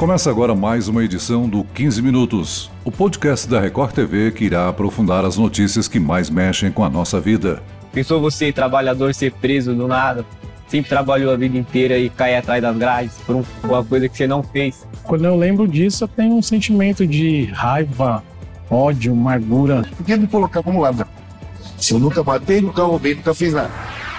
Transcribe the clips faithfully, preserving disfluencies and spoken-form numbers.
Começa agora mais uma edição do quinze Minutos, o podcast da Record T V que irá aprofundar as notícias que mais mexem com a nossa vida. Pensou você, trabalhador, ser preso do nada? Sempre trabalhou a vida inteira e cair atrás das grades por uma coisa que você não fez. Quando eu lembro disso, eu tenho um sentimento de raiva, ódio, amargura. Por que me colocar como ladrão? Se eu nunca matei, nunca roubei, nunca fiz nada.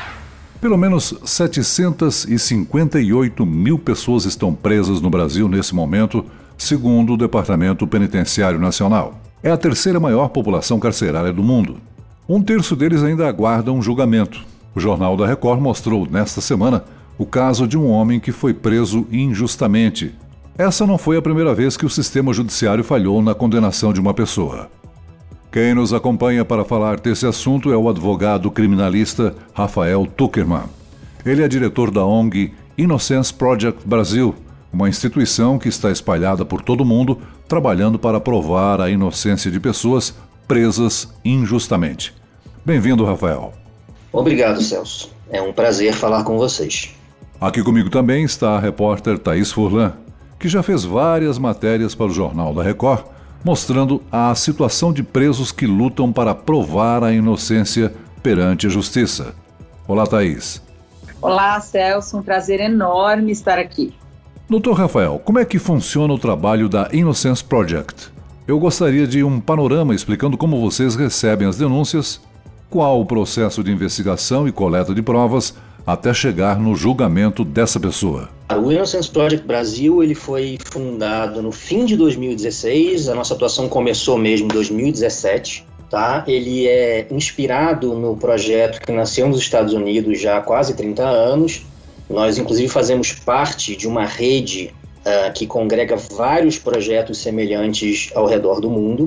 Pelo menos setecentas e cinquenta e oito mil pessoas estão presas no Brasil nesse momento, segundo o Departamento Penitenciário Nacional. É a terceira maior população carcerária do mundo. Um terço deles ainda aguardam um julgamento. O Jornal da Record mostrou nesta semana o caso de um homem que foi preso injustamente. Essa não foi a primeira vez que o sistema judiciário falhou na condenação de uma pessoa. Quem nos acompanha para falar desse assunto é o advogado criminalista Rafael Tuckerman. Ele é diretor da O N G Innocence Project Brasil, uma instituição que está espalhada por todo o mundo, trabalhando para provar a inocência de pessoas presas injustamente. Bem-vindo, Rafael. Obrigado, Celso. É um prazer falar com vocês. Aqui comigo também está a repórter Thaís Furlan, que já fez várias matérias para o Jornal da Record, mostrando a situação de presos que lutam para provar a inocência perante a justiça. Olá, Thaís. Olá, Celso. Um prazer enorme estar aqui. doutor Rafael, como é que funciona o trabalho da Innocence Project? Eu gostaria de um panorama explicando como vocês recebem as denúncias, qual o processo de investigação e coleta de provas até chegar no julgamento dessa pessoa. O Innocence Project Brasil ele foi fundado no fim de dois mil e dezesseis, a nossa atuação começou mesmo em dois mil e dezessete. Tá? Ele é inspirado no projeto que nasceu nos Estados Unidos já há quase trinta anos. Nós, inclusive, fazemos parte de uma rede uh, que congrega vários projetos semelhantes ao redor do mundo.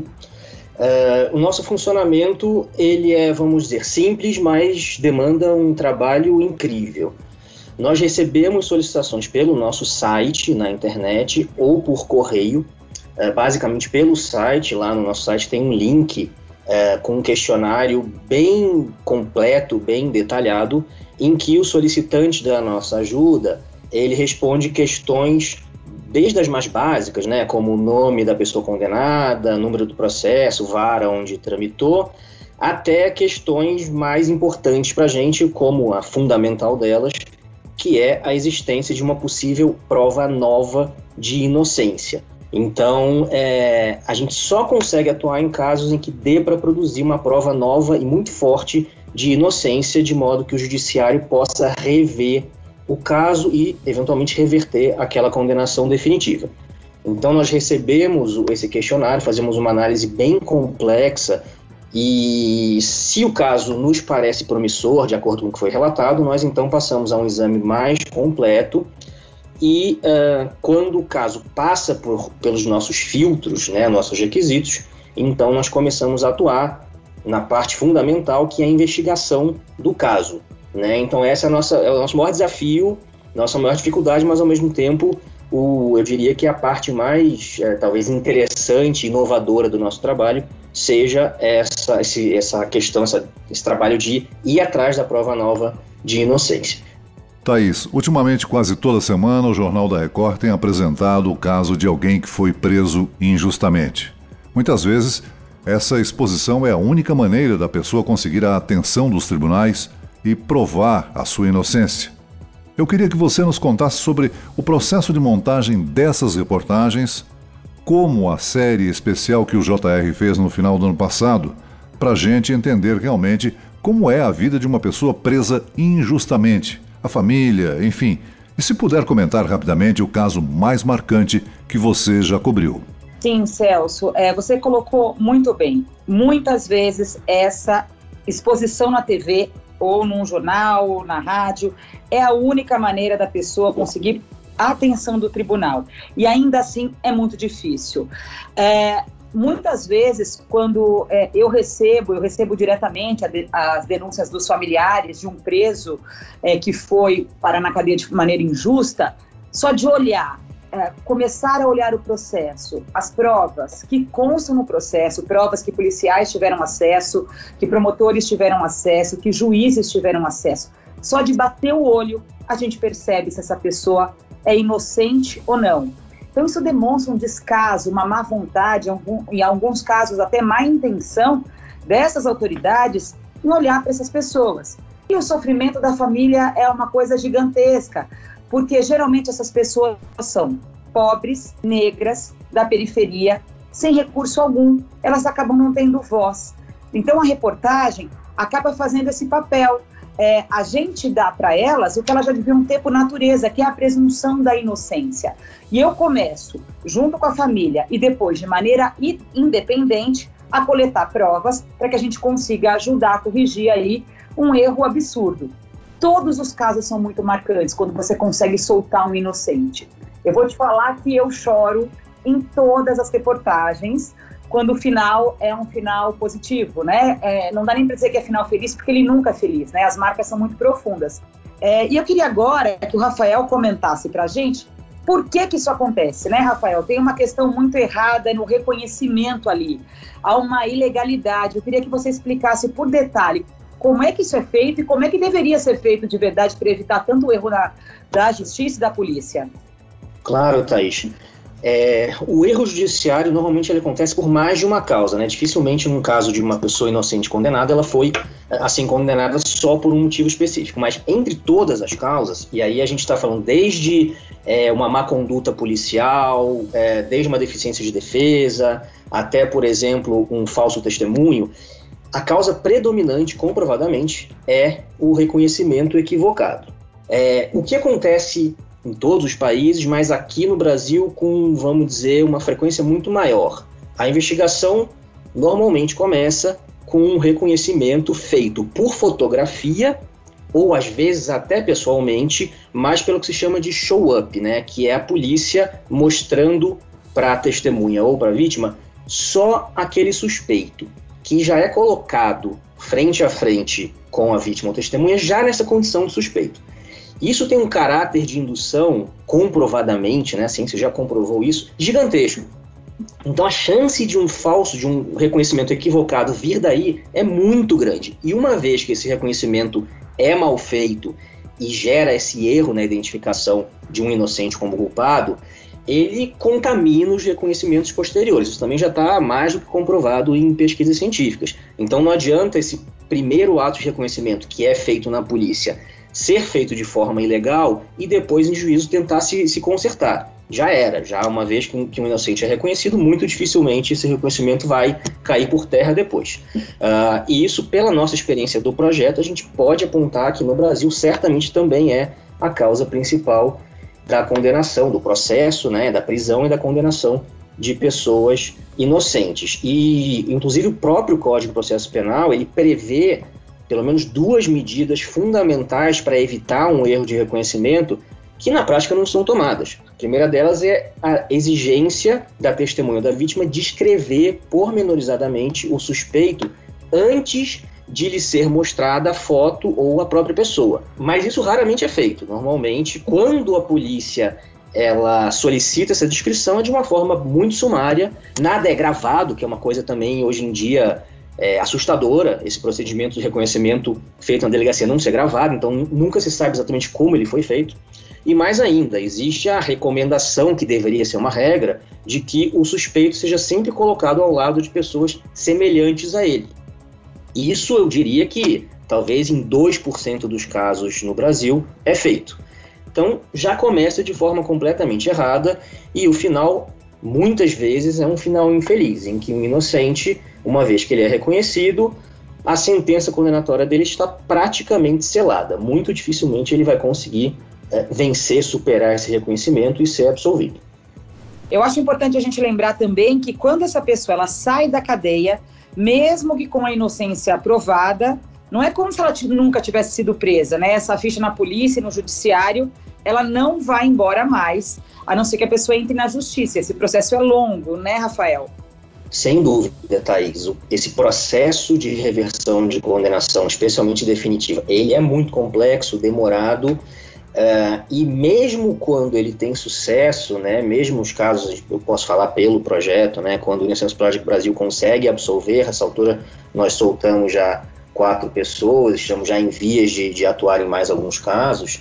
Uh, o nosso funcionamento ele é, vamos dizer, simples, mas demanda um trabalho incrível. Nós recebemos solicitações pelo nosso site na internet ou por correio, uh, basicamente pelo site. Lá no nosso site tem um link uh, com um questionário bem completo, bem detalhado, em que o solicitante da nossa ajuda ele responde questões desde as mais básicas, né, como o nome da pessoa condenada, número do processo, vara onde tramitou, até questões mais importantes para a gente, como a fundamental delas, que é a existência de uma possível prova nova de inocência. Então, é, a gente só consegue atuar em casos em que dê para produzir uma prova nova e muito forte de inocência, de modo que o judiciário possa rever o caso e, eventualmente, reverter aquela condenação definitiva. Então, nós recebemos esse questionário, fazemos uma análise bem complexa e, se o caso nos parece promissor, de acordo com o que foi relatado, nós, então, passamos a um exame mais completo e, uh, quando o caso passa por, pelos nossos filtros, né, nossos requisitos, então nós começamos a atuar na parte fundamental, que é a investigação do caso. Né? Então essa é, a nossa, é o nosso maior desafio, nossa maior dificuldade, mas ao mesmo tempo o, eu diria que a parte mais é, talvez interessante e inovadora do nosso trabalho seja essa, esse, essa questão, essa, esse trabalho de ir atrás da prova nova de inocência. Thaís, ultimamente quase toda semana o Jornal da Record tem apresentado o caso de alguém que foi preso injustamente. Muitas vezes essa exposição é a única maneira da pessoa conseguir a atenção dos tribunais e provar a sua inocência. Eu queria que você nos contasse sobre o processo de montagem dessas reportagens, como a série especial que o J R fez no final do ano passado, para a gente entender realmente como é a vida de uma pessoa presa injustamente, a família, enfim. E se puder comentar rapidamente o caso mais marcante que você já cobriu. Sim, Celso, é, você colocou muito bem. Muitas vezes essa exposição na T V ou num jornal, ou na rádio, é a única maneira da pessoa conseguir a atenção do tribunal. E ainda assim é muito difícil. É, muitas vezes, quando é, eu recebo, eu recebo diretamente a de, as denúncias dos familiares de um preso é, que foi parar na cadeia de maneira injusta, só de olhar, é, começar a olhar o processo, as provas que constam no processo, provas que policiais tiveram acesso, que promotores tiveram acesso, que juízes tiveram acesso. Só de bater o olho, a gente percebe se essa pessoa é inocente ou não. Então isso demonstra um descaso, uma má vontade, em alguns casos até má intenção dessas autoridades em olhar para essas pessoas. E o sofrimento da família é uma coisa gigantesca, porque geralmente essas pessoas são pobres, negras, da periferia, sem recurso algum, elas acabam não tendo voz. Então a reportagem acaba fazendo esse papel. É, a gente dá para elas o que elas já deviam ter por natureza, que é a presunção da inocência. E eu começo, junto com a família e depois de maneira independente, a coletar provas para que a gente consiga ajudar a corrigir aí um erro absurdo. Todos os casos são muito marcantes quando você consegue soltar um inocente. Eu vou te falar que eu choro em todas as reportagens, quando o final é um final positivo, né? É, não dá nem para dizer que é final feliz, porque ele nunca é feliz, né? As marcas são muito profundas. É, e eu queria agora que o Rafael comentasse para a gente por que que isso acontece, né, Rafael? Tem uma questão muito errada no reconhecimento ali. Há uma ilegalidade. Eu queria que você explicasse por detalhe como é que isso é feito e como é que deveria ser feito de verdade para evitar tanto erro na, da justiça e da polícia. Claro, Thaís. É, o erro judiciário normalmente ele acontece por mais de uma causa, né? Dificilmente num caso de uma pessoa inocente condenada, ela foi assim condenada só por um motivo específico, mas entre todas as causas, e aí a gente está falando desde é, uma má conduta policial, é, desde uma deficiência de defesa, até, por exemplo, um falso testemunho, a causa predominante, comprovadamente, é o reconhecimento equivocado. É, o que acontece em todos os países, mas aqui no Brasil com, vamos dizer, uma frequência muito maior. A investigação normalmente começa com um reconhecimento feito por fotografia ou às vezes até pessoalmente, mas pelo que se chama de show-up, né? Que é a polícia mostrando para a testemunha ou para a vítima só aquele suspeito, que já é colocado frente a frente com a vítima ou testemunha já nessa condição de suspeito. Isso tem um caráter de indução, comprovadamente, né, a ciência já comprovou isso, gigantesco. Então a chance de um falso, de um reconhecimento equivocado vir daí é muito grande. E uma vez que esse reconhecimento é mal feito e gera esse erro na identificação de um inocente como culpado, ele contamina os reconhecimentos posteriores. Isso também já está mais do que comprovado em pesquisas científicas. Então não adianta esse primeiro ato de reconhecimento que é feito na polícia ser feito de forma ilegal e depois em juízo tentar se, se consertar. Já era, já uma vez que um, que um inocente é reconhecido, muito dificilmente esse reconhecimento vai cair por terra depois. Uh, e isso, pela nossa experiência do projeto, a gente pode apontar que no Brasil certamente também é a causa principal da condenação, do processo, né, da prisão e da condenação de pessoas inocentes. E, inclusive, o próprio Código de Processo Penal, ele prevê pelo menos duas medidas fundamentais para evitar um erro de reconhecimento que na prática não são tomadas. A primeira delas é a exigência da testemunha da vítima descrever pormenorizadamente o suspeito antes de lhe ser mostrada a foto ou a própria pessoa. Mas isso raramente é feito. Normalmente, quando a polícia ela solicita essa descrição, é de uma forma muito sumária, nada é gravado, que é uma coisa também hoje em dia é assustadora, esse procedimento de reconhecimento feito na delegacia não ser gravado, então nunca se sabe exatamente como ele foi feito. E mais ainda, existe a recomendação, que deveria ser uma regra, de que o suspeito seja sempre colocado ao lado de pessoas semelhantes a ele. Isso eu diria que talvez em dois por cento dos casos no Brasil é feito. Então já começa de forma completamente errada e o final muitas vezes é um final infeliz, em que um inocente, uma vez que ele é reconhecido, a sentença condenatória dele está praticamente selada. Muito dificilmente ele vai conseguir é, vencer, superar esse reconhecimento e ser absolvido. Eu acho importante a gente lembrar também que quando essa pessoa ela sai da cadeia, mesmo que com a inocência provada, não é como se ela nunca tivesse sido presa, né? Essa ficha na polícia e no judiciário, ela não vai embora mais, a não ser que a pessoa entre na justiça. Esse processo é longo, né, Rafael? Sem dúvida, Thaís. Esse processo de reversão de condenação, especialmente definitiva, ele é muito complexo, demorado, uh, e mesmo quando ele tem sucesso, né, mesmo os casos, eu posso falar pelo projeto, né, quando o Innocence Project Brasil consegue absolver, nessa altura nós soltamos já quatro pessoas, estamos já em vias de, de atuar em mais alguns casos,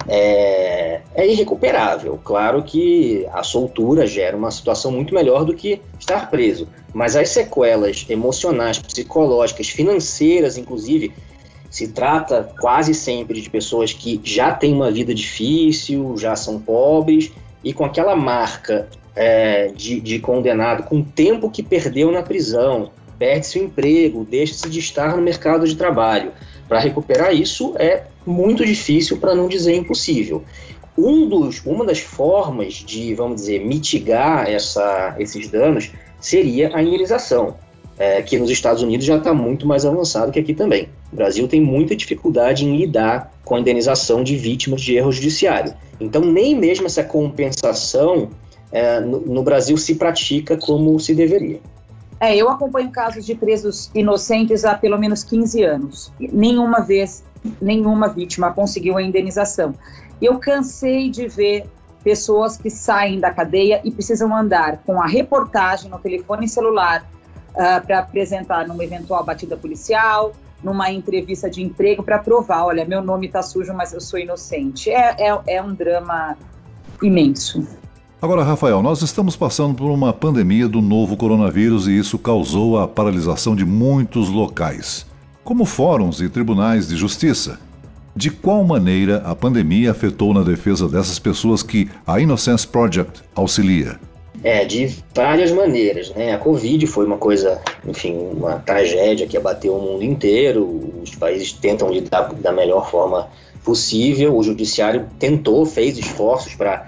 é, é irrecuperável. Claro que a soltura gera uma situação muito melhor do que estar preso, mas as sequelas emocionais, psicológicas, financeiras, inclusive, se trata quase sempre de pessoas que já têm uma vida difícil, já são pobres, e com aquela marca é, de, de condenado, com o tempo que perdeu na prisão, perde-se o emprego, deixa-se de estar no mercado de trabalho. Para recuperar isso é muito difícil, para não dizer impossível. Um dos, uma das formas de, vamos dizer, mitigar essa, esses danos seria a indenização, é, que nos Estados Unidos já está muito mais avançado que aqui também. O Brasil tem muita dificuldade em lidar com a indenização de vítimas de erro judiciário. Então, nem mesmo essa compensação é, no, no Brasil se pratica como se deveria. É, eu acompanho casos de presos inocentes há pelo menos quinze anos. Nenhuma vez, nenhuma vítima conseguiu a indenização. Eu cansei de ver pessoas que saem da cadeia e precisam andar com a reportagem no telefone celular uh, para apresentar numa eventual batida policial, numa entrevista de emprego para provar, olha, meu nome está sujo, mas eu sou inocente. É, é, é um drama imenso. Agora, Rafael, nós estamos passando por uma pandemia do novo coronavírus e isso causou a paralisação de muitos locais, como fóruns e tribunais de justiça. De qual maneira a pandemia afetou na defesa dessas pessoas que a Innocence Project auxilia? É, de várias maneiras, né? A Covid foi uma coisa, enfim, uma tragédia que abateu o mundo inteiro. Os países tentam lidar da melhor forma possível. O judiciário tentou, fez esforços para...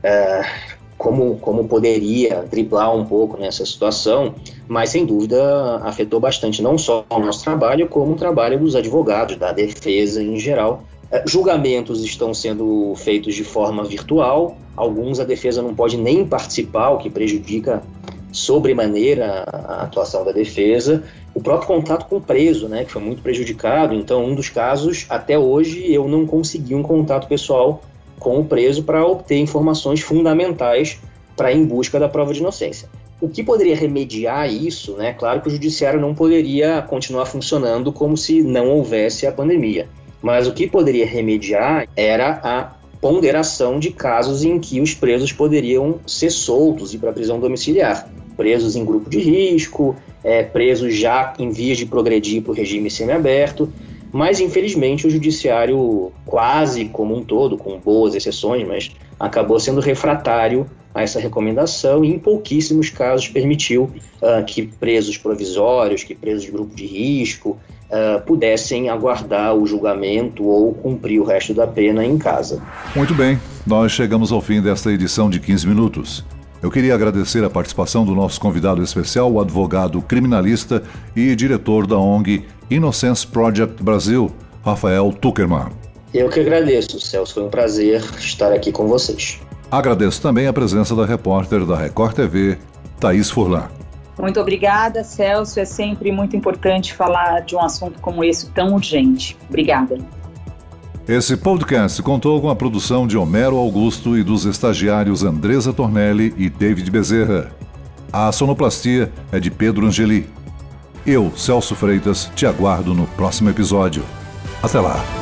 Uh, Como, como poderia driblar um pouco nessa situação, mas sem dúvida afetou bastante não só o nosso trabalho, como o trabalho dos advogados, da defesa em geral. É, julgamentos estão sendo feitos de forma virtual, alguns a defesa não pode nem participar, o que prejudica sobremaneira a atuação da defesa. O próprio contato com o preso, né, que foi muito prejudicado, então um dos casos, até hoje, eu não consegui um contato pessoal com o preso para obter informações fundamentais para ir em busca da prova de inocência. O que poderia remediar isso, né? Claro que o judiciário não poderia continuar funcionando como se não houvesse a pandemia, mas o que poderia remediar era a ponderação de casos em que os presos poderiam ser soltos e ir para a prisão domiciliar, presos em grupo de risco, é, presos já em vias de progredir para o regime semiaberto. Mas, infelizmente, o judiciário, quase como um todo, com boas exceções, mas acabou sendo refratário a essa recomendação e, em pouquíssimos casos, permitiu uh, que presos provisórios, que presos de grupo de risco, uh, pudessem aguardar o julgamento ou cumprir o resto da pena em casa. Muito bem, nós chegamos ao fim desta edição de quinze minutos. Eu queria agradecer a participação do nosso convidado especial, o advogado criminalista e diretor da O N G Innocence Project Brasil, Rafael Tuckerman. Eu que agradeço, Celso. Foi um prazer estar aqui com vocês. Agradeço também a presença da repórter da Record T V, Thaís Furlan. Muito obrigada, Celso. É sempre muito importante falar de um assunto como esse tão urgente. Obrigada. Esse podcast contou com a produção de Homero Augusto e dos estagiários Andresa Tornelli e David Bezerra. A sonoplastia é de Pedro Angeli. Eu, Celso Freitas, te aguardo no próximo episódio. Até lá!